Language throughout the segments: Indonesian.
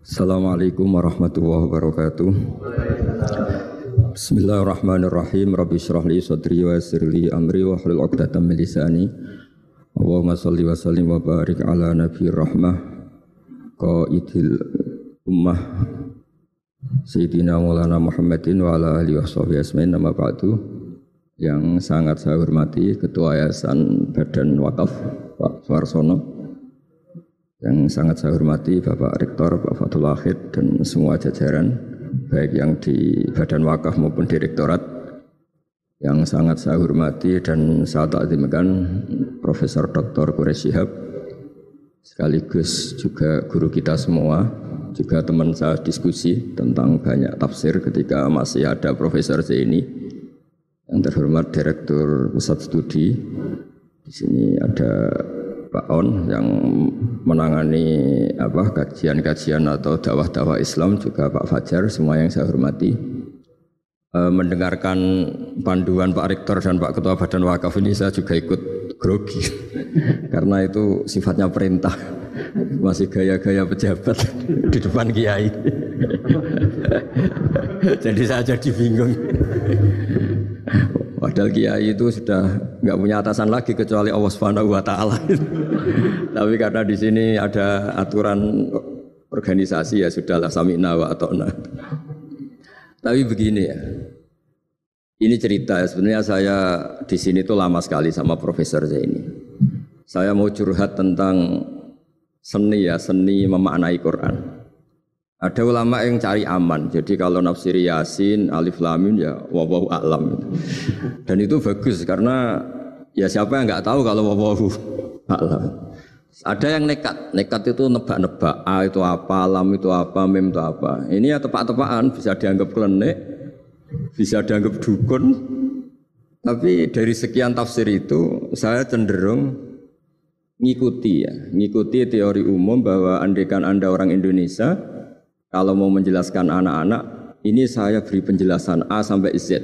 Assalamualaikum warahmatullahi wabarakatuh. Bismillahirrahmanirrahim. Rabbi shrah li sadri wa yassir li amri wa hlul 'uqdatam min lisani. Allahumma shalli wa sallim wa barik ala nabiyir rahmah qaidil ummah Sayyidina Maulana Muhammadin wa ala alihi washabihi ajmain. Nama ba'du. Yang sangat saya hormati Ketua Yayasan Badan Wakaf Pak Suarsono, yang sangat saya hormati Bapak Rektor Pak Fathul Wahid dan semua jajaran baik yang di Badan Wakaf maupun Direktorat, yang sangat saya hormati dan saya takzimkan Profesor Dr. Quraish Shihab, sekaligus juga guru kita semua, juga teman saya diskusi tentang banyak tafsir ketika masih ada Profesor Zaini, yang terhormat Direktur Pusat Studi. Di sini ada Pak On yang menangani kajian-kajian atau dakwah-dakwah Islam, juga Pak Fajar, semua yang saya hormati. Mendengarkan panduan Pak Rektor dan Pak Ketua Badan Wakaf ini saya juga ikut grogi karena itu sifatnya perintah, masih gaya-gaya pejabat di depan kiai. Jadi saya jadi bingung. Padahal kiai itu sudah nggak punya atasan lagi kecuali Allah Subhanahu wa taala. Tapi karena di sini ada aturan organisasi, ya sudahlah, sami'na wa ata'na. Tapi begini ya. Ini cerita ya, sebenarnya saya di sini tuh lama sekali sama Profesor Zaini. Saya mau curhat tentang seni memaknai Quran. Ada ulama yang cari aman, jadi kalau nafsir Yasin, Alif Lam Mim ya wallahu a'lam. Dan itu bagus karena ya siapa yang nggak tahu kalau wallahu a'lam. Ada yang nekat itu nebak-nebak, A itu apa, Lam itu apa, Mim itu apa. Ini ya tebak-tebakan, bisa dianggap klenik, bisa dianggap dukun. Tapi dari sekian tafsir itu saya cenderung ngikuti teori umum bahwa andaikan Anda orang Indonesia, kalau mau menjelaskan anak-anak, ini saya beri penjelasan A sampai Z,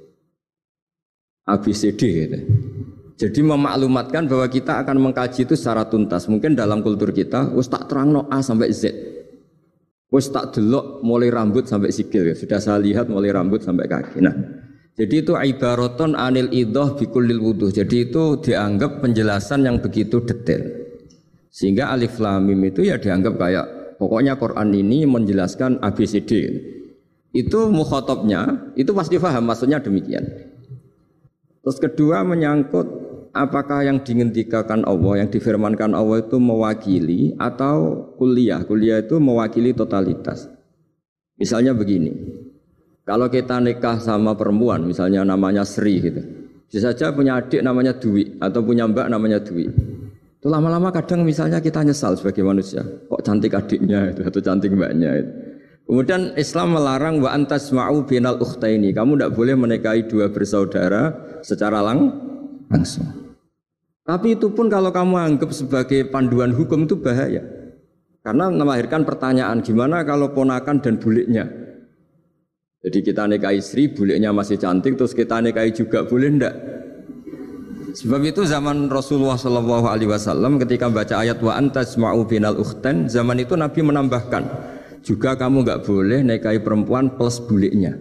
A, B, C, D gitu. Jadi memaklumatkan bahwa kita akan mengkaji itu secara tuntas. Mungkin dalam kultur kita, wis tak terangno A sampai Z, wis tak delok mulai rambut sampai sikil, ya. Sudah saya lihat mulai rambut sampai kaki. Nah, jadi itu ibaraton anil idhah bikulil wuduh. Jadi itu dianggap penjelasan yang begitu detail. Sehingga Alif Lam Mim itu ya dianggap kayak pokoknya Quran ini menjelaskan ABCD. Itu mukhatabnya, itu pasti paham maksudnya demikian. Terus kedua menyangkut apakah yang dihentikan Allah, yang difirmankan Allah itu mewakili atau kuliah. Kuliah itu mewakili totalitas. Misalnya begini, kalau kita nikah sama perempuan, misalnya namanya Sri gitu, bisa saja punya adik namanya Dwi atau punya mbak namanya Dwi. Itu lama-lama kadang misalnya kita nyesal sebagai manusia, kok cantik adiknya itu atau cantik mbaknya itu. Kemudian Islam melarang wa antasma'u binal ukhtaini, kamu tidak boleh menikahi dua bersaudara secara langsung. Tapi itu pun kalau kamu anggap sebagai panduan hukum itu bahaya. Karena melahirkan pertanyaan, gimana kalau ponakan dan buliknya? Jadi kita nikahi Sri, buliknya masih cantik, terus kita nikahi juga, boleh enggak? Sebab itu zaman Rasulullah SAW ketika baca ayat wa antasma'u binal ukhtain, zaman itu Nabi menambahkan juga kamu nggak boleh nikahi perempuan plus buliknya.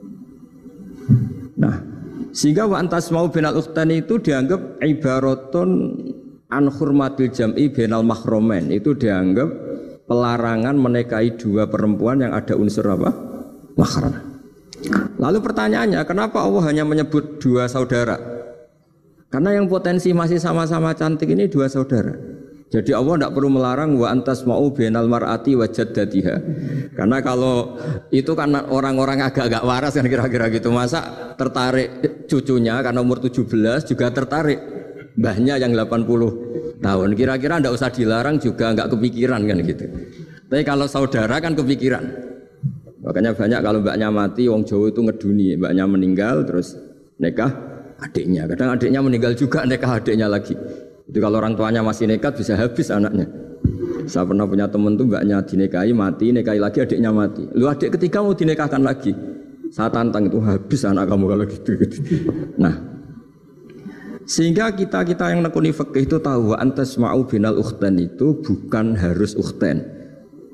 Nah, sehingga wa antasma'u binal ukhtain itu dianggap ibaratun an hurmatil jam'i binal mahromen, itu dianggap pelarangan menikahi dua perempuan yang ada unsur apa? Mahram. Lalu pertanyaannya, kenapa Allah hanya menyebut dua saudara? Karena yang potensi masih sama-sama cantik ini dua saudara. Jadi Allah tidak perlu melarang wa antasma'u bainal mar'ati wa jaddatiha. Karena kalau itu kan orang-orang agak-agak waras kan kira-kira gitu. Masa tertarik cucunya karena umur 17 juga tertarik mbahnya yang 80 tahun. Kira-kira tidak usah dilarang juga enggak kepikiran kan gitu. Tapi kalau saudara kan kepikiran. Makanya banyak kalau mbaknya mati, wong Jawa itu ngeduni, mbaknya meninggal terus nikah adiknya, kadang adiknya meninggal juga nikah adiknya lagi. Itu kalau orang tuanya masih nekat bisa habis anaknya. Saya pernah punya teman tuh mbaknya dinikahi mati, nikahi lagi adiknya mati. Lu adik ketiga mau dinikahkan lagi. Saya tantang itu habis anak kamu kalau gitu. Nah, sehingga kita yang nekuni fikih itu tahu wa antasma'u binal ukhtan itu bukan harus ukhtan.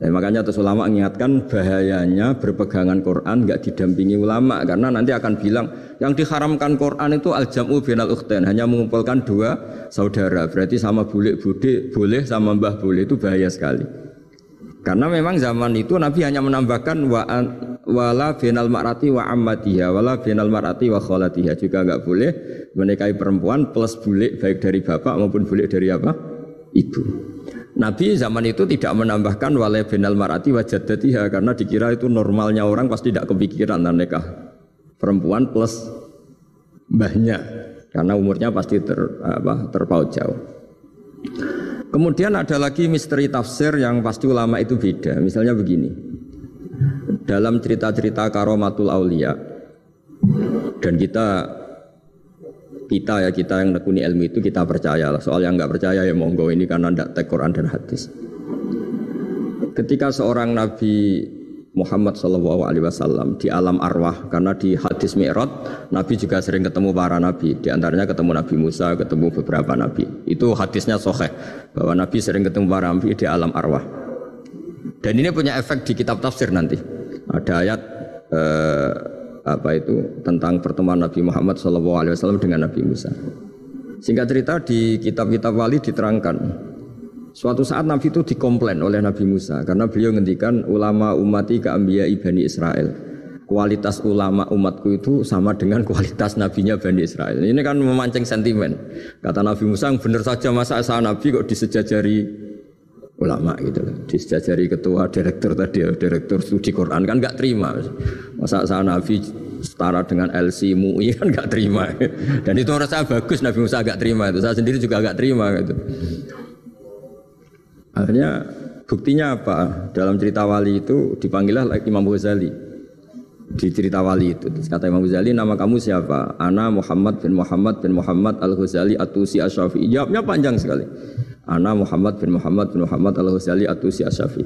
Makanya terus ulama mengingatkan bahayanya berpegangan Quran enggak didampingi ulama karena nanti akan bilang yang diharamkan Quran itu al-jam'u bainal ukhtain, hanya mengumpulkan dua saudara. Berarti sama bule bude boleh, sama mbah boleh, itu bahaya sekali. Karena memang zaman itu Nabi hanya menambahkan wala bainal mar'ati wa ammatiha wala bainal mar'ati wa khalatiha, juga enggak boleh menikahi perempuan plus bule baik dari bapak maupun bule dari apa? Ibu. Nabi zaman itu tidak menambahkan wala bainal mar'ati wa jaddatiha karena dikira itu normalnya orang pasti tidak kepikiran nikah perempuan plus mbahnya karena umurnya pasti terpaut jauh. Kemudian ada lagi misteri tafsir yang pasti ulama itu beda. Misalnya begini, dalam cerita-cerita karomatul aulia, dan kita yang nekuni ilmu itu kita percaya lah. Soal yang nggak percaya ya monggo, ini karena tidak tek Quran dan hadis. Ketika seorang Nabi Muhammad SAW di alam arwah, karena di hadis Mi'raj Nabi juga sering ketemu para nabi, di antaranya ketemu Nabi Musa, ketemu beberapa nabi. Itu hadisnya sahih bahwa Nabi sering ketemu para nabi di alam arwah. Dan ini punya efek di kitab tafsir nanti. Ada ayat tentang pertemuan Nabi Muhammad SAW dengan Nabi Musa. Singkat cerita di kitab-kitab wali diterangkan, suatu saat Nabi itu dikomplain oleh Nabi Musa karena beliau ngendikan ulama ummati ka'ambiya'i Bani Israel. Kualitas ulama umatku itu sama dengan kualitas nabinya Bani Israel. Ini kan memancing sentimen. Kata Nabi Musa, benar saja masa saya Nabi kok disejajari ulama gitu loh. Disejajari ketua direktur tadi, direktur studi Quran kan enggak terima. Masa saya Nabi setara dengan LC MUI kan enggak terima. Dan itu menurut saya bagus, Nabi Musa enggak terima itu. Saya sendiri juga enggak terima gitu. Akhirnya buktinya apa? Dalam cerita wali itu dipanggillah Imam Ghazali. Di cerita wali itu terus kata Imam Ghazali, nama kamu siapa? Ana Muhammad bin Muhammad Al-Ghazali At-Tusi Asy-Syafi'i. Jawabnya panjang sekali. Ana Muhammad bin Muhammad Al-Ghazali At-Tusi Asy-Syafi'i.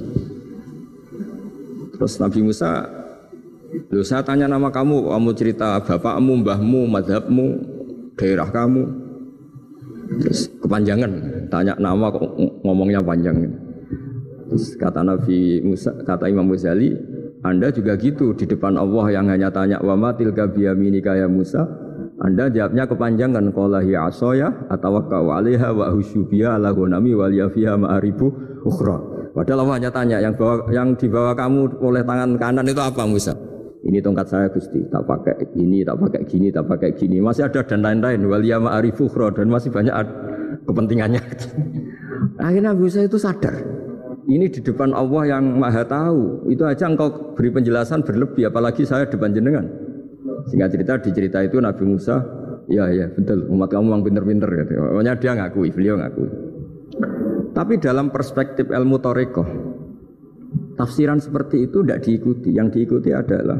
Terus Nabi Musa, loh saya tanya nama kamu cerita bapakmu, mbahmu, madhabmu, daerah kamu. Terus kepanjangan, tanya nama kok ngomongnya panjang. Terus kata Nabi Musa, kata Imam Ghazali, Anda juga gitu di depan Allah yang hanya tanya wa ma tilka biyaminika ya Musa. Anda jawabnya kepanjangan, qala hiya asaya atawakkau 'alaiha wa hushubiya ala ghanami wa liya fiha ma'aribu ukhra. Padahal Allah hanya tanya yang dibawa kamu oleh tangan kanan itu apa Musa? Ini tongkat saya Gusti, tak pakai ini, tak pakai gini, tak pakai gini. Masih ada dan lain-lain, wa liya ma'aribu ukhra, dan masih banyak kepentingannya. Akhirnya Musa itu sadar. Ini di depan Allah yang Maha Tahu. Itu aja engkau beri penjelasan berlebih, apalagi saya depan jenengan. Singkat cerita di cerita itu Nabi Musa, ya betul, umat kamu memang pinter-pinter gitu. Pokoknya dia ngakui, beliau ngakui. Tapi dalam perspektif ilmu Thariqah, tafsiran seperti itu tidak diikuti. Yang diikuti adalah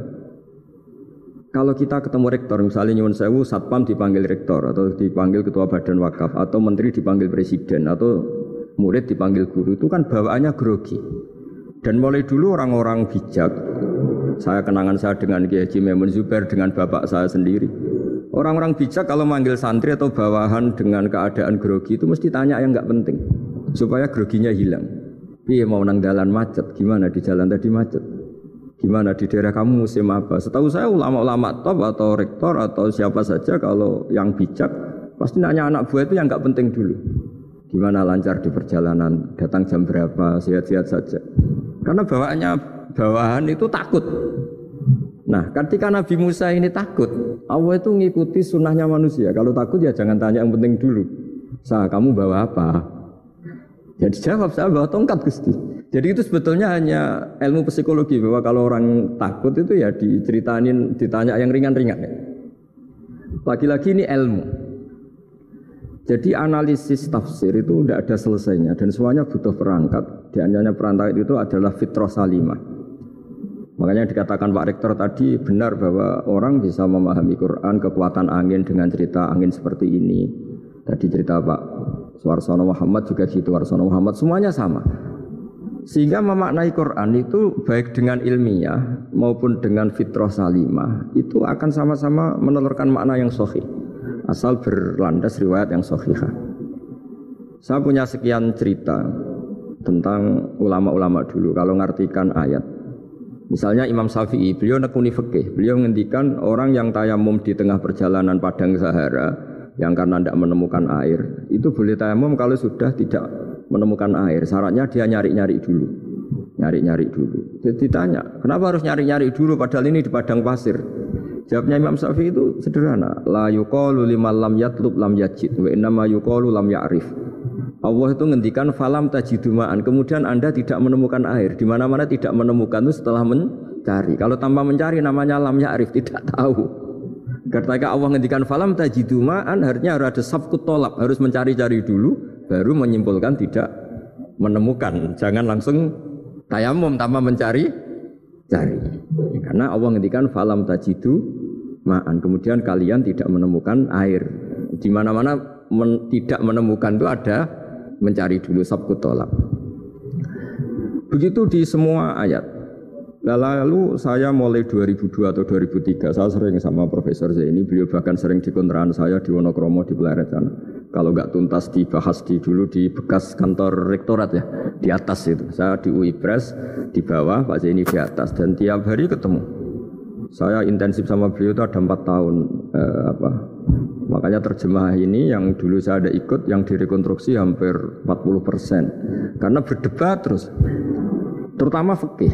kalau kita ketemu rektor, misalnya nyuwun sewu, satpam dipanggil rektor atau dipanggil ketua badan wakaf atau menteri dipanggil presiden atau murid dipanggil guru, itu kan bawaannya grogi. Dan mulai dulu orang-orang bijak, saya kenangan saya dengan Kiai Haji Maimun Zubair, dengan bapak saya sendiri, orang-orang bijak kalau manggil santri atau bawahan dengan keadaan grogi itu mesti tanya yang enggak penting supaya groginya hilang. Piye mau nang dalan macet, gimana di jalan tadi macet, gimana di daerah kamu musim apa. Setahu saya ulama-ulama top atau rektor atau siapa saja kalau yang bijak pasti nanya anak buah itu yang enggak penting dulu. Gimana lancar di perjalanan, datang jam berapa, sehat-sehat saja. Karena bawahan itu takut. Nah, ketika Nabi Musa ini takut, Allah itu ngikuti sunnahnya manusia. Kalau takut ya jangan tanya yang penting dulu. Kamu bawa apa? Ya dijawab, saya bawa tongkat Gusti. Jadi itu sebetulnya hanya ilmu psikologi, bahwa kalau orang takut itu ya ditanya yang ringan-ringan. Lagi-lagi ini ilmu. Jadi analisis tafsir itu tidak ada selesainya dan semuanya butuh perangkat. Di antaranya perangkat itu adalah fitrah salimah. Makanya dikatakan Pak Rektor tadi benar bahwa orang bisa memahami Quran, kekuatan angin dengan cerita angin seperti ini. Tadi cerita Pak Suarsono Muhammad juga gitu, Warsono Muhammad, semuanya sama. Sehingga memaknai Quran itu baik dengan ilmiah maupun dengan fitrah salimah itu akan sama-sama menelurkan makna yang sahih. Asal berlandas riwayat yang sahihah. Saya punya sekian cerita tentang ulama-ulama dulu kalau ngartikan ayat. Misalnya Imam Syafi'i, beliau nekuni fikih. Beliau ngendikan orang yang tayamum di tengah perjalanan padang Sahara yang karena tidak menemukan air, itu boleh tayamum kalau sudah tidak menemukan air. Syaratnya dia nyari-nyari dulu. Nyari-nyari dulu. Jadi ditanya, kenapa harus nyari-nyari dulu padahal ini di padang pasir? Jawabnya Imam Syafi'i itu sederhana. La yuqalu liman lam yatlub lam yajid wa innama yuqalu lam ya'rif. Allah itu ngendikan falam tajiduma'an, kemudian Anda tidak menemukan air. Di mana-mana tidak menemukan itu setelah mencari. Kalau tanpa mencari namanya lam ya'rif, tidak tahu. Ketika Allah ngendikan falam tajiduma'an, artinya harus ada sabqut tolab, harus mencari-cari dulu baru menyimpulkan tidak menemukan. Jangan langsung tayamum tanpa mencari cari. Karena Allah ngendikan falam tajiduma'an, kemudian kalian tidak menemukan air. Di mana-mana tidak menemukan itu ada mencari dulu sabqut tolab. Begitu di semua ayat. Lalu saya mulai 2002 atau 2003 saya sering sama Profesor Zaini, beliau bahkan sering di kontrakan saya di Wonokromo di Pleret sana. Kalau nggak tuntas dibahas dulu di bekas kantor rektorat ya, di atas itu. Saya di UI Pres di bawah, Pak Zaini di atas, dan tiap hari ketemu. Saya intensif sama beliau itu ada 4 tahun. Makanya terjemah ini yang dulu saya ada ikut, yang direkonstruksi hampir 40%. Karena berdebat terus, terutama fikih.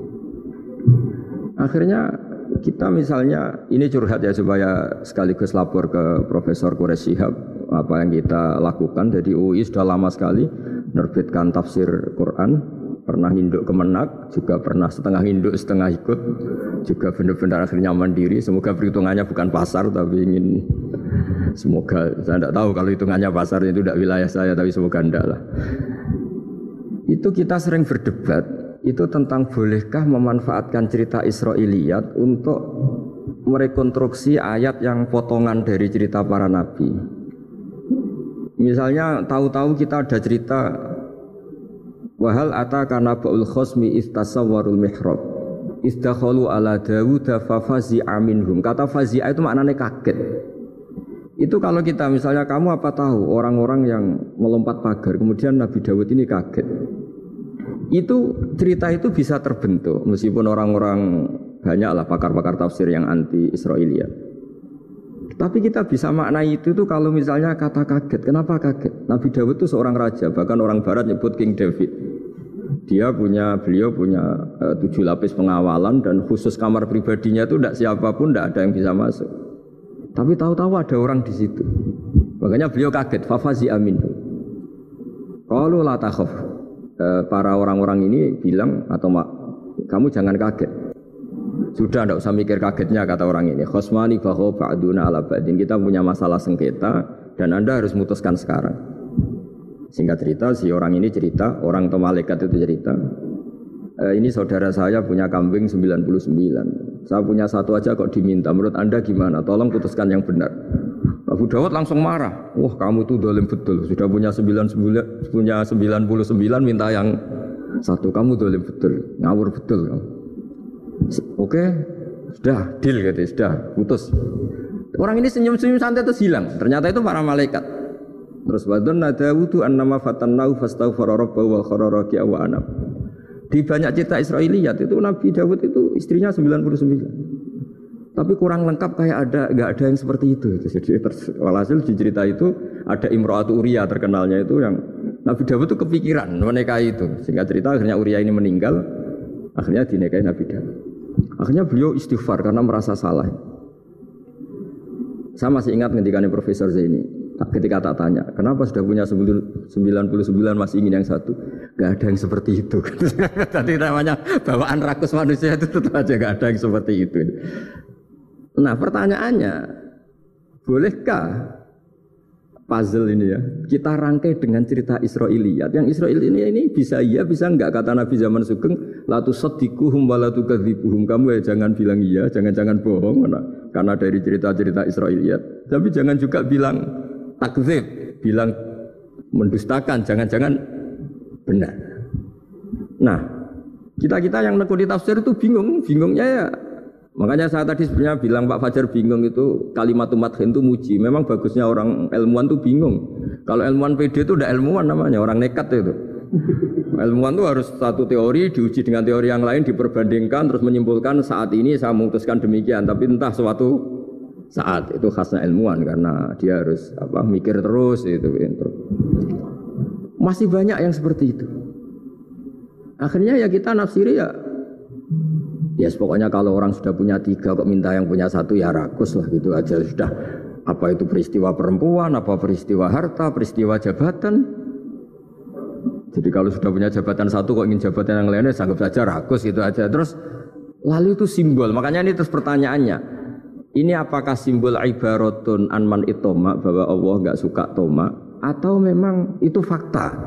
Akhirnya kita misalnya, ini curhat ya supaya sekaligus lapor ke Profesor Quraish Shihab apa yang kita lakukan. Jadi UI sudah lama sekali menerbitkan tafsir Quran, pernah induk kemenak, juga pernah setengah induk setengah ikut, juga benar-benar akhirnya mandiri. Semoga perhitungannya bukan pasar, tapi ingin, semoga, saya tidak tahu kalau hitungannya pasar itu tidak wilayah saya, tapi semoga tidak lah. Itu kita sering berdebat, itu tentang bolehkah memanfaatkan cerita Israiliyat untuk merekonstruksi ayat yang potongan dari cerita para nabi. Misalnya tahu-tahu kita ada cerita wahal ataka naba'ul khosmi istasawwarul mihrab istakhalu ala Dawud fafazi'a minhum. Kata fazi'a itu maknanya kaget. Itu kalau kita misalnya, kamu apa tahu orang-orang yang melompat pagar kemudian Nabi Dawud ini kaget. Itu cerita itu bisa terbentuk meskipun orang-orang banyaklah pakar-pakar tafsir yang anti Israiliyat. Tapi kita bisa maknai itu tuh kalau misalnya kata kaget. Kenapa kaget? Nabi Dawud itu seorang raja, bahkan orang barat nyebut King David. Beliau punya 7 lapis pengawalan dan khusus kamar pribadinya itu tidak siapapun, tidak ada yang bisa masuk. Tapi tahu-tahu ada orang di situ. Makanya beliau kaget. Fafazi amin. Qalu la takhaf. Para orang-orang ini bilang atau kamu jangan kaget. Sudah tidak usah mikir kagetnya, kata orang ini. Khosmani bahu ba'duna ala ba'din. Kita punya masalah sengketa dan Anda harus memutuskan sekarang. Singkat cerita, si orang ini cerita, orang atau malaikat itu cerita. Ini saudara saya punya kambing 99. Saya punya 1 aja kok diminta. Menurut Anda gimana? Tolong putuskan yang benar. Abu Dawud langsung marah. Wah, kamu itu dolim betul. Sudah punya 99 minta yang 1. Kamu dolim betul. Ngawur betul kamu. Oke, sudah deal gitu, sudah putus. Orang ini senyum-senyum santai terus hilang. Ternyata itu para malaikat. Terus wadonna Dawudu annama fatannahu fastaghfara rabbahu wa kharra raki'a wa anab. Di banyak cerita Israiliyat itu Nabi Dawud itu istrinya 99. Tapi kurang lengkap kayak enggak ada yang seperti itu. Jadi walhasil di cerita itu ada Imra'atu Uria terkenalnya itu yang Nabi Dawud itu kepikiran menikahi itu. Sehingga cerita akhirnya Uria ini meninggal, akhirnya dinikahi Nabi Dawud. Akhirnya beliau istighfar karena merasa salah. Saya masih ingat ketika Profesor Zaini, ketika tak tanya, kenapa sudah punya 99 masih ingin yang 1? Gak ada yang seperti itu. Tadi namanya bawaan rakus manusia itu tetap aja gak ada yang seperti itu. Nah pertanyaannya, bolehkah puzzle ini ya kita rangkai dengan cerita Israiliyat? Yang Israil ini bisa iya bisa enggak, kata Nabi zaman Sugeng, la tusaddiquhum wa la tukadzibuhum. Kamu ya jangan bilang iya, jangan bohong karena dari cerita-cerita Israiliyat. Tapi jangan juga bilang takdzib, bilang mendustakan, jangan-jangan benar. Nah, kita yang nekuni tafsir itu bingungnya ya. Makanya saya tadi sebenarnya bilang Pak Fajar bingung itu kalimat madhin itu muji. Memang bagusnya orang ilmuwan itu bingung. Kalau ilmuwan PD itu udah ilmuwan namanya, orang nekat itu. Ilmuwan itu harus satu teori diuji dengan teori yang lain, diperbandingkan terus menyimpulkan saat ini saya memutuskan demikian, tapi entah suatu saat. Itu khasnya ilmuwan karena dia harus mikir terus itu. Masih banyak yang seperti itu. Akhirnya ya kita nafsiri ya pokoknya kalau orang sudah punya 3 kok minta yang punya 1 ya rakus lah gitu aja sudah. Apa itu peristiwa perempuan, apa peristiwa harta, peristiwa jabatan. Jadi kalau sudah punya jabatan 1 kok ingin jabatan yang lainnya sanggup saja rakus gitu aja. Terus lalu itu simbol. Makanya ini terus pertanyaannya. Ini apakah simbol ibaratun anman itoma bahwa Allah enggak suka toma atau memang itu fakta?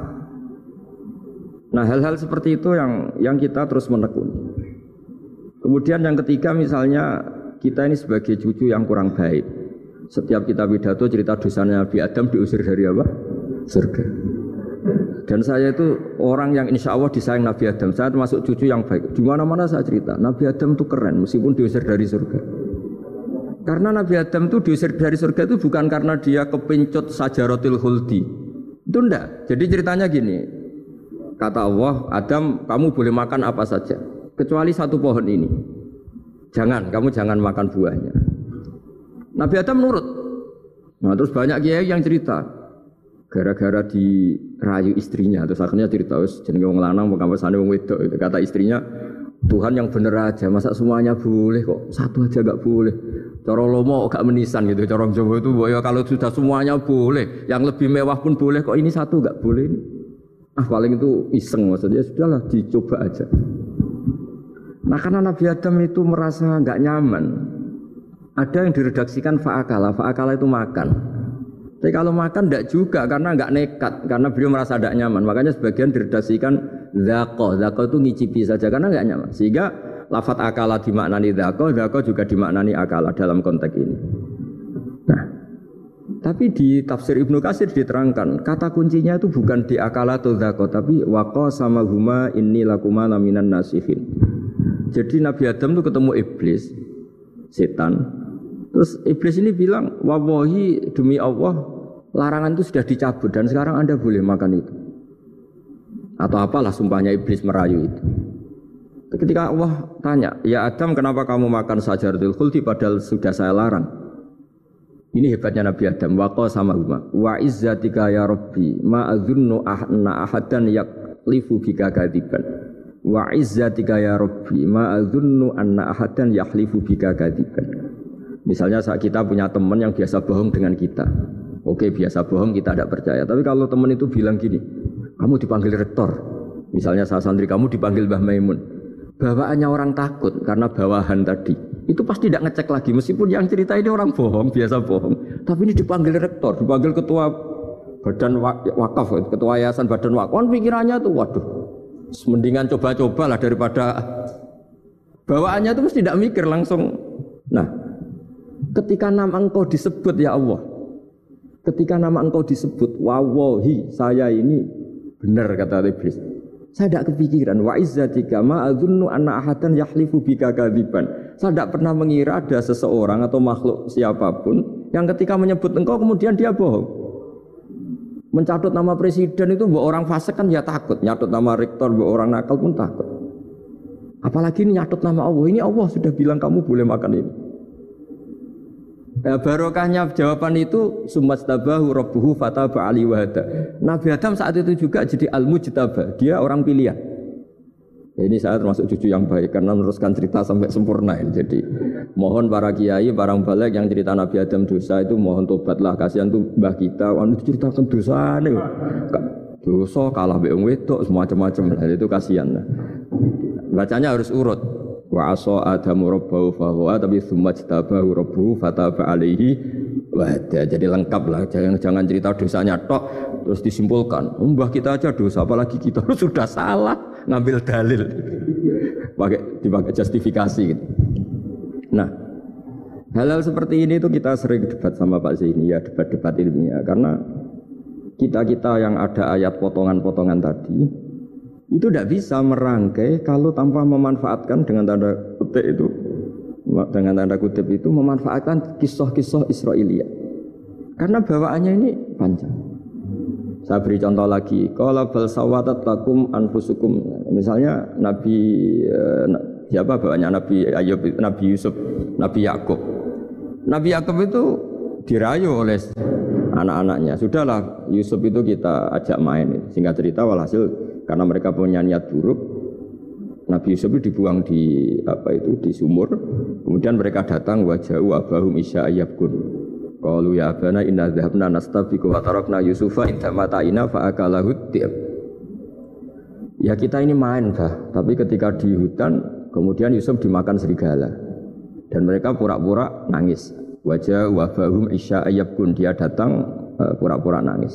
Nah, hal-hal seperti itu yang kita terus menekuni. Kemudian yang ketiga misalnya kita ini sebagai cucu yang kurang baik. Setiap kita pidato cerita dosanya Nabi Adam diusir dari apa? Surga. Dan saya itu orang yang insya Allah disayang Nabi Adam. Saya termasuk cucu yang baik. Di mana-mana saya cerita Nabi Adam itu keren meskipun diusir dari surga. Karena Nabi Adam itu diusir dari surga itu bukan karena dia kepencut sajaratil khuldi. Itu enggak. Jadi ceritanya gini. Kata Allah, Adam kamu boleh makan apa saja kecuali 1 pohon ini. Kamu jangan makan buahnya. Nabi Adam nurut. Nah terus banyak kiai yang cerita gara-gara dirayu istrinya, terus akhirnya cerita jenenge wong lanang kok kampesane wong wedok itu. Kata istrinya, Tuhan yang bener aja, masa semuanya boleh kok 1 aja enggak boleh. Cara lomo gak menisan gitu, cara Jawa itu ya kalau sudah semuanya boleh, yang lebih mewah pun boleh kok ini 1 enggak boleh ini. Paling itu iseng maksudnya, sudahlah dicoba aja. Nah karena Nabi Adam itu merasa enggak nyaman. Ada yang diredaksikan fa'akala itu makan. Tapi kalau makan tidak juga karena enggak nekat, karena beliau merasa tidak nyaman. Makanya sebagian diredaksikan dzaqo itu ngicipi saja karena enggak nyaman. Sehingga lafadz akala dimaknani dzaqo juga dimaknani akala dalam konteks ini. Nah, tapi di tafsir Ibnu Katsir diterangkan kata kuncinya itu bukan di akala atau dzaqo, tapi waqa sama huma inni lakuma laminan nasihin. Jadi Nabi Adam itu ketemu iblis, setan. Terus iblis ini bilang, wallahi demi Allah, larangan itu sudah dicabut dan sekarang Anda boleh makan itu. Atau apalah sumpahnya iblis merayu itu. Ketika Allah tanya, ya Adam kenapa kamu makan sajaratul khuldi padahal sudah saya larang. Ini hebatnya Nabi Adam. Waqa sama huma. Wa izzatika ya Rabbi ma adzunnu anna ahadan yaklifu bika kadiban. Wa izzatika ya Rabbi ma adzunnu anna ahadan yaklifu bika kadiban. Misalnya saat kita punya teman yang biasa bohong dengan kita. Oke, biasa bohong kita tidak percaya. Tapi kalau teman itu bilang gini, kamu dipanggil rektor. Misalnya saat santri kamu dipanggil Mbah Maimun. Bawaannya orang takut karena bawahan tadi. Itu pasti tidak ngecek lagi. Meskipun yang cerita ini orang bohong, biasa bohong. Tapi ini dipanggil rektor, dipanggil ketua badan wakaf, ketua yayasan badan wakaf. Kan pikirannya tuh, waduh, mendingan coba-cobalah daripada bawaannya itu mesti tidak mikir langsung. Nah, ketika nama engkau disebut ya Allah, ketika nama engkau disebut, wallahi saya ini benar kata iblis. Saya tidak kepikiran wa izzatika ma adzunnu anna ahadan yahlifu bika kadziban. Saya tidak pernah mengira ada seseorang atau makhluk siapapun yang ketika menyebut engkau kemudian dia bohong. Mencatut nama presiden itu buat orang fasik kan ya takut, nyatut nama rektor buat orang nakal pun takut. Apalagi ini nyatut nama Allah. Ini Allah sudah bilang kamu boleh makan ini. Barokahnya jawaban itu sumastabahu rabbuhu fataba ali wa hada. Nabi Adam saat itu juga jadi al-mujtaba, dia orang pilihan. Ya, ini saya termasuk cucu yang baik karena meneruskan cerita sampai sempurna ini. Jadi mohon para kiai, para balik yang cerita Nabi Adam dosa itu mohon tobatlah, kasihan tuh mbah kita anu ceritakan dosa nih. Dosa kalah mbek wong wedok semacam-macam lah itu kasihan. Bacanya harus urut. Wa asa adamu rabbahu fahuwa tapi tsumma jtabahu rabbuhu fataba alaihi wa hada. Jadi lengkap lah, jangan cerita dosanya tok terus disimpulkan mbah kita aja dosa apalagi kita sudah salah ngambil dalil dipakai justifikasi gitu. Nah, hal-hal seperti ini tuh kita sering debat sama Pak Zaini ya, debat-debat ilmiah karena kita yang ada ayat potongan-potongan tadi itu tidak bisa merangkai kalau tanpa memanfaatkan dengan tanda kutip itu memanfaatkan kisah-kisah Israiliyah. Karena bawaannya ini panjang. Saya beri contoh lagi. Qala bal sawatat lakum anfusukum. Misalnya Nabi siapa bawanya Nabi Ayub, Nabi Yusuf, Nabi Yakub. Nabi Yakub itu dirayu oleh anak-anaknya. Sudahlah Yusuf itu kita ajak main. Singkat cerita walhasil karena mereka punya niat buruk, Nabi Yusuf itu dibuang di di sumur. Kemudian mereka datang waja'u abahum isya ayyabkun. Qalu ya abana inna dhahabna nastabiqu wa tarakna Yusufa inda mata'ina fa akalahu dhi'ab. Ya kita ini main tapi ketika di hutan kemudian Yusuf dimakan serigala. Dan mereka pura-pura nangis. Waja'u abahum isya ayyabkun, dia datang pura-pura nangis.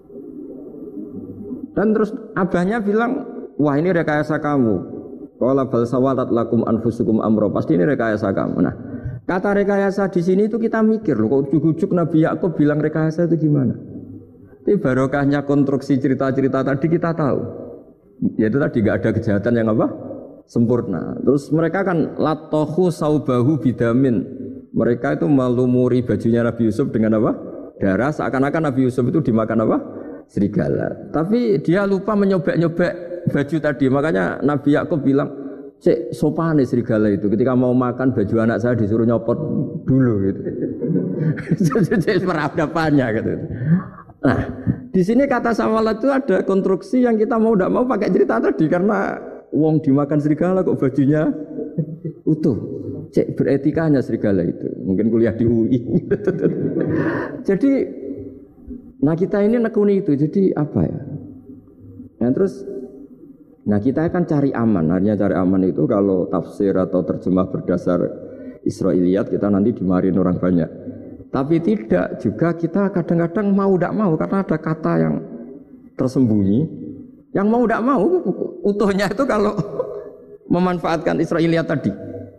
Dan terus abahnya bilang, "Wah, ini rekayasa kamu." Qala bal sawalat lakum anfusukum amra. Pasti ini rekayasa kamu. Nah, kata rekayasa di sini itu kita mikir loh, kok ujuk-ujuk Nabi Yakub bilang rekayasa itu gimana? Tapi barokahnya konstruksi cerita-cerita tadi kita tahu. Yaitu tadi nggak ada kejahatan yang sempurna. Terus mereka kan latohu saubahu bidamin. Mereka itu melumuri bajunya Nabi Yusuf dengan darah. Seakan-akan Nabi Yusuf itu dimakan serigala. Tapi dia lupa menyobek-nyobek baju tadi. Makanya Nabi Yakub bilang, "Cek sopan serigala itu ketika mau makan baju anak saya disuruh nyopot dulu gitu." Jadi peradabannya gitu. Nah, di sini kata sawalat itu ada konstruksi yang kita mau tidak mau pakai cerita tadi karena wong dimakan serigala kok bajunya utuh. Cek beretikanya serigala itu. Mungkin kuliah di UI. Jadi, nah kita ini nekuni itu. Jadi apa ya? Nah terus, nah kita akan cari aman. Artinya cari aman itu kalau tafsir atau terjemah berdasar Israiliyat kita nanti dimarahin orang banyak. Tapi tidak juga kita kadang-kadang mau tidak mau karena ada kata yang tersembunyi. Yang mau tidak mau utuhnya itu kalau memanfaatkan Israiliyat tadi.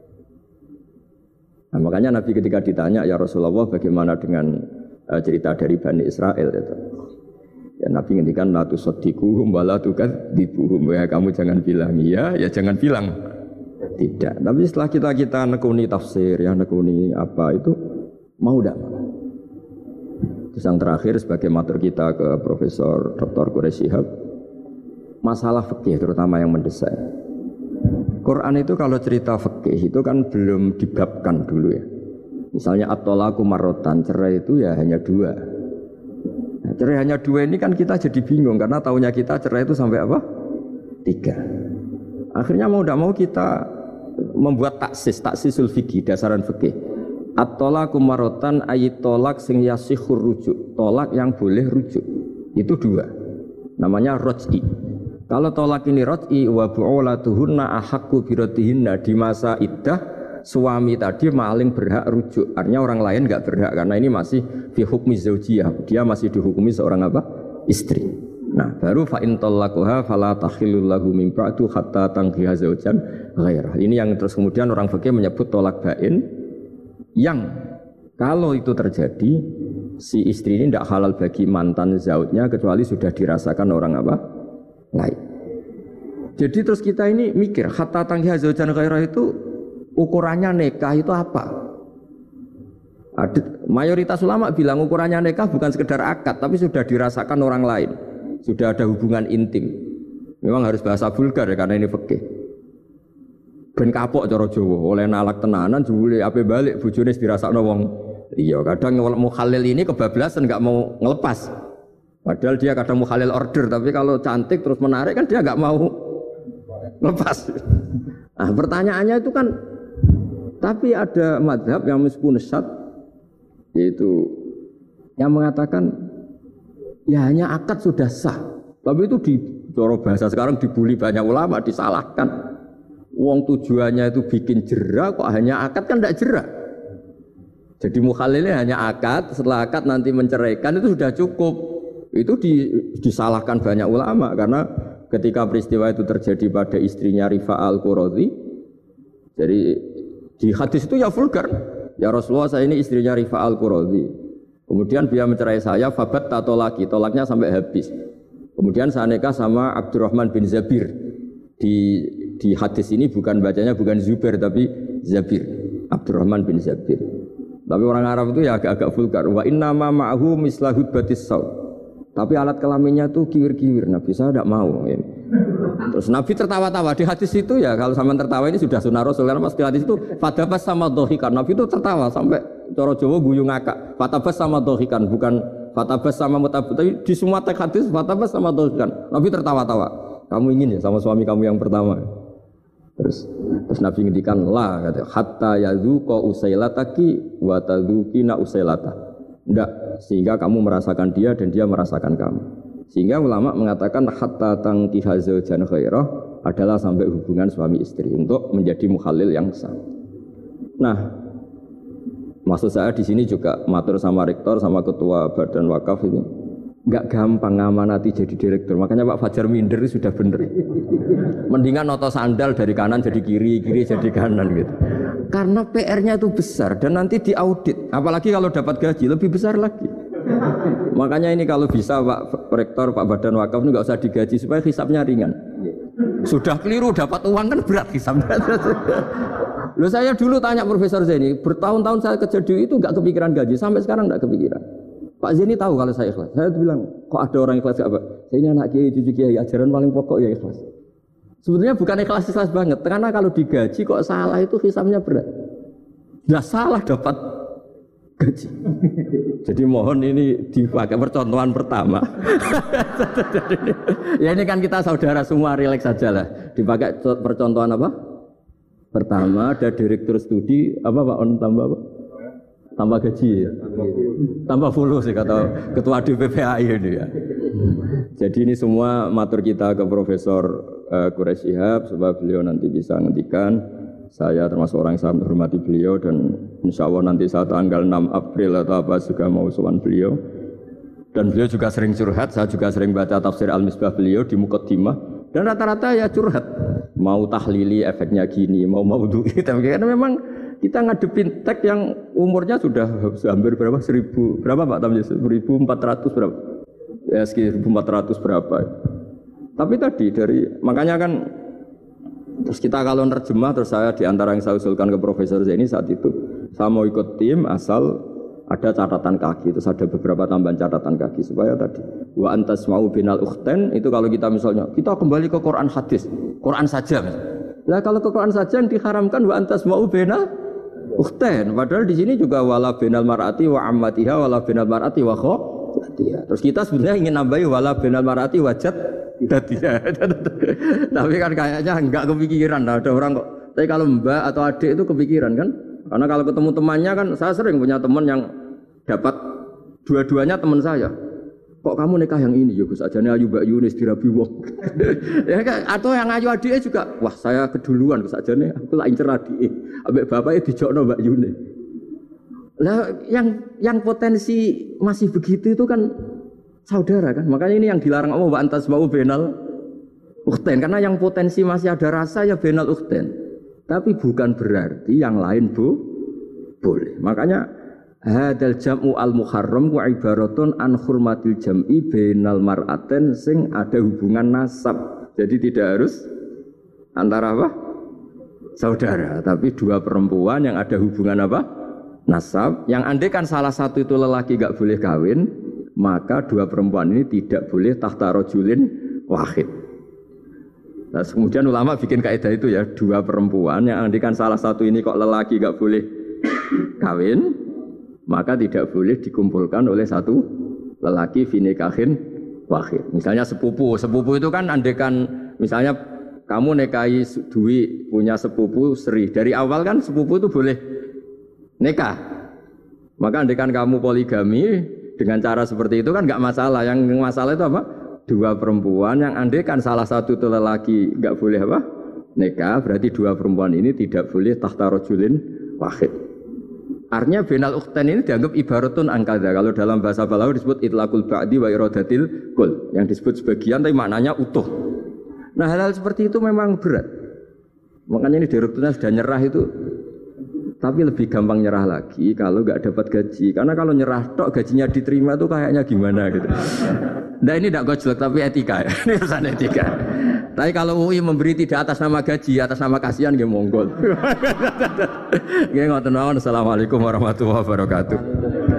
Nah, makanya Nabi ketika ditanya, "Ya Rasulullah, bagaimana dengan cerita dari Bani Israel?" Itu. Ya, Nabi ngendikan la tusaddiquhum wa la tukadzibuhum. Ya kamu jangan bilang iya, ya jangan bilang tidak. Tapi setelah kita nekuni tafsir, ya nekuni apa itu mau tidak mau. Terus yang terakhir sebagai matur kita ke Profesor Dr. Quraish Shihab, masalah fikih terutama yang mendesak. Quran itu kalau cerita fikih itu kan belum dibabkan dulu ya. Misalnya at-thalaqu marratan, cerai itu ya hanya 2. Nah, cerai hanya 2 ini kan kita jadi bingung karena taunya kita cerai itu sampai 3. Akhirnya mau tidak mau kita membuat taksisul fikih, dasaran fikih. At-thalaqu marratan ayat tolak sing yasihur rujuk, tolak yang boleh rujuk. Itu 2. Namanya raj'i. Kalau tolak ini raj'i wa bu'ulatuhunna ahaqqu biratihinna, di masa iddah suami tadi paling berhak rujuk. Artinya orang lain enggak berhak karena ini masih fi hukmi zaujiyah. Dia masih dihukumi seorang istri. Nah, baru fa in talaquha fala tahillu lahu min ba'du hatta tankiha zaujan ghairah. Ini yang terus kemudian orang fikih menyebut tolak bain yang kalau itu terjadi si istri ini tidak halal bagi mantan zaujnya kecuali sudah dirasakan orang lain. Jadi terus kita ini mikir hatta tankiha zaujan ghairah itu ukurannya nikah itu apa? Mayoritas ulama bilang ukurannya nikah bukan sekedar akad tapi sudah dirasakan orang lain. Sudah ada hubungan intim. Memang harus bahasa vulgar ya karena ini fikih. Ben kapok cara Jawa, oleh nalak tenanan jebule ape balik bojone dirasakno wong. Iya, kadang mukhalil ini kebablasan enggak mau ngelepas. Padahal dia kadang mukhalil order, tapi kalau cantik terus menarik kan dia enggak mau lepas. Nah, pertanyaannya itu kan tapi ada madhab yang meskipun sesat yaitu yang mengatakan ya hanya akad sudah sah. Tapi itu di cara bahasa sekarang dibully banyak ulama, disalahkan. Wong tujuannya itu bikin jera kok hanya akad kan tidak jera. Jadi mukhalilnya hanya akad, setelah akad nanti menceraikan itu sudah cukup. Itu disalahkan banyak ulama karena ketika peristiwa itu terjadi pada istrinya Rifa al-Qurazi. Jadi di hadis itu ya vulgar. Ya Rasulullah, saya ini istrinya Rifa al-Qurazi. Kemudian dia mencerai saya, fabat tato lagi, tolaknya sampai habis. Kemudian saya nikah sama Abdurrahman bin Zabir. Di hadis ini bukan bacanya bukan Zubair tapi Zabir, Abdurrahman bin Zabir. Tapi orang Arab itu ya agak-agak vulgar. Wa inna ma ma'ahu mislahud batis saw. Tapi alat kelaminnya tuh kiwir-kiwir. Nabi saya tidak mau. Ya. Terus Nabi tertawa-tawa di hadis itu ya. Kalau sama tertawa ini sudah sunnah Rasul. Karena pas di hadis itu fatabas sama dohikan. Nabi itu tertawa sampai coro Jawa guyu ngakak. Fatabas sama dohikan, bukan fatabas sama mutabut. Tapi di semua teks hadis fatabas sama dohikan. Nabi tertawa-tawa. Kamu ingin ya sama suami kamu yang pertama. Terus Nabi ngendikan la kata hatta yadzuqa usailataki wa tadzukina usailata. Tidak, sehingga kamu merasakan dia dan dia merasakan kamu. Sehingga ulama mengatakan hatta tangkiha zaujan khairah adalah sampai hubungan suami istri untuk menjadi muhalil yang sah. Nah, maksud saya di sini juga matur sama rektor sama ketua badan wakaf ini nggak gampang ngamanati jadi direktur. Makanya Pak Fajar minder sudah bener. Mendingan noto sandal dari kanan jadi kiri, kiri jadi kanan gitu. Karena PR-nya itu besar dan nanti diaudit. Apalagi kalau dapat gaji lebih besar lagi. Makanya ini kalau bisa Pak Rektor, Pak Badan Wakaf ini nggak usah digaji supaya hisapnya ringan. Sudah keliru dapat uang kan berat hisapnya. Loh saya dulu tanya Profesor Zaini, bertahun-tahun saya kerja di itu nggak kepikiran gaji, sampai sekarang nggak kepikiran. Pak Zaini tahu kalau saya ikhlas. Saya bilang, kok ada orang ikhlas gak Pak? Saya ini anak kiai, cucu kiai, ajaran paling pokok ya ikhlas. Sebetulnya bukan ikhlas banget, karena kalau digaji kok salah itu hisapnya berat. Nah salah dapat gaji. Jadi mohon ini dipakai percontohan pertama. Ya ini kan kita saudara semua, rileks saja lah. Dipakai percontohan apa? Pertama ada direktur studi apa Pak On tambah apa? Tambah gaji ya. Tambah follow sih kata ketua DPPAI ini ya. Jadi ini semua matur kita ke Profesor Quraish Shihab supaya beliau nanti bisa ngendikan. Saya termasuk orang yang sangat menghormati beliau dan insya Allah nanti saat tanggal 6 April atau apa juga mau sowan beliau. Dan beliau juga sering curhat, saya juga sering baca tafsir Al-Misbah beliau di Muqaddimah dan rata-rata ya curhat. Mau tahlili efeknya gini, mau maudhu'i. Tapi karena memang kita ngadepin teks yang umurnya sudah hampir berapa? 1000 berapa Pak Tamjiz? 1400 berapa? Ya sekitar 1400 berapa. Tapi tadi dari makanya kan terus kita kalau nerjemah terus saya diantara yang saya usulkan ke Profesor Zaini saat itu saya mau ikut tim asal ada catatan kaki, terus ada beberapa tambahan catatan kaki supaya tadi wa antas mau binal ukhten itu kalau kita misalnya kita kembali ke Quran hadis, Quran saja. Nah kalau ke Quran saja yang diharamkan wa antas mau binal ukhten, padahal di sini juga wala binal mar'ati wa ammatiha wala binal mar'ati wa khawatiha. Terus kita sebenarnya ingin nambahi wala binal mar'ati wajat tapi kan kayaknya enggak kepikiran. Ada orang kok. Tapi kalau mbak atau adik itu kepikiran kan? Karena kalau ketemu temannya kan, saya sering punya teman yang dapat dua-duanya teman saya. Kok kamu nikah yang ini? Ya Gus ajane ayu Mbak Yunis dirabi wong. Ya kan? Atau yang ayu adiknya juga, wah saya keduluan Gus ajane aku lak incer adike. Ambek bapake dijokno Mbak Yunis. Lah yang potensi masih begitu itu kan saudara kan, makanya ini yang dilarang Allah wa antas mau benal ukhten karena yang potensi masih ada rasa ya benal ukhten, tapi bukan berarti yang lain boleh. Makanya hadal jam'u al muharram wa ibaratun an hurmatil jam'i benal mar'aten sing ada hubungan nasab. Jadi tidak harus antara apa? Saudara, tapi dua perempuan yang ada hubungan apa? Nasab. Yang andai kan salah satu itu lelaki gak boleh kawin, maka dua perempuan ini tidak boleh tahta rajulin wahid. Nah, kemudian ulama bikin kaidah itu ya, dua perempuan yang andikan salah satu ini kok lelaki gak boleh kawin, maka tidak boleh dikumpulkan oleh satu lelaki fi nikahin wahid. Misalnya sepupu itu kan andikan misalnya kamu nikahi Dwi punya sepupu Sri, dari awal kan sepupu itu boleh nikah. Maka andikan kamu poligami dengan cara seperti itu kan nggak masalah. Yang masalah itu apa? Dua perempuan yang andekan salah satu itu lelaki nggak boleh apa? Nikah, berarti dua perempuan ini tidak boleh tahta rajulin wahid. Artinya benal ukhten ini dianggap ibaratun angkada. Kalau dalam bahasa Balaghah disebut itlaqul ba'di wa iradatil kul. Yang disebut sebagian tapi maknanya utuh. Nah hal-hal seperti itu memang berat. Makanya ini direkturnya sudah nyerah itu. Tapi lebih gampang nyerah lagi kalau nggak dapat gaji. Karena kalau nyerah tok gajinya diterima tuh kayaknya gimana gitu. Nah ini tidak gojlok tapi etika ya. Ini urusan etika. Tapi kalau UI memberi tidak atas nama gaji, atas nama kasihan nggih monggo. Nggih ngoten mawon. Assalamualaikum warahmatullahi wabarakatuh.